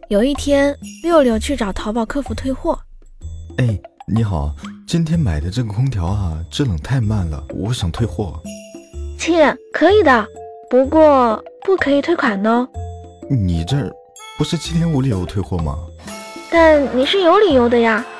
有一天，六六去找淘宝客服退货。 哎，你好，今天买的这个空调啊，制冷太慢了，我想退货。 亲，可以的，不过不可以退款哦。 你这不是7天无理由退货吗？ 但你是有理由的呀，